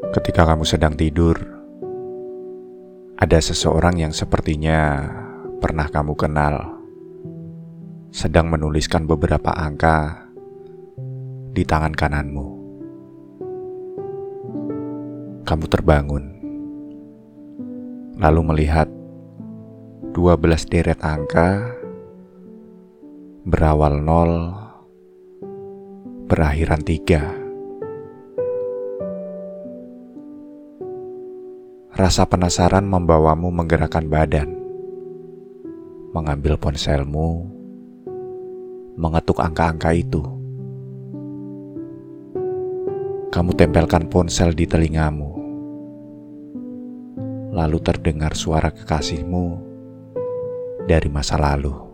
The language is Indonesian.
Ketika kamu sedang tidur, ada seseorang yang sepertinya pernah kamu kenal, sedang menuliskan beberapa angka di tangan kananmu. Kamu terbangun, lalu melihat 12 deret angka berawal 0, berakhiran 3. Rasa penasaran membawamu menggerakkan badan, mengambil ponselmu, mengetuk angka-angka itu. Kamu tempelkan ponsel di telingamu, lalu terdengar suara kekasihmu dari masa lalu.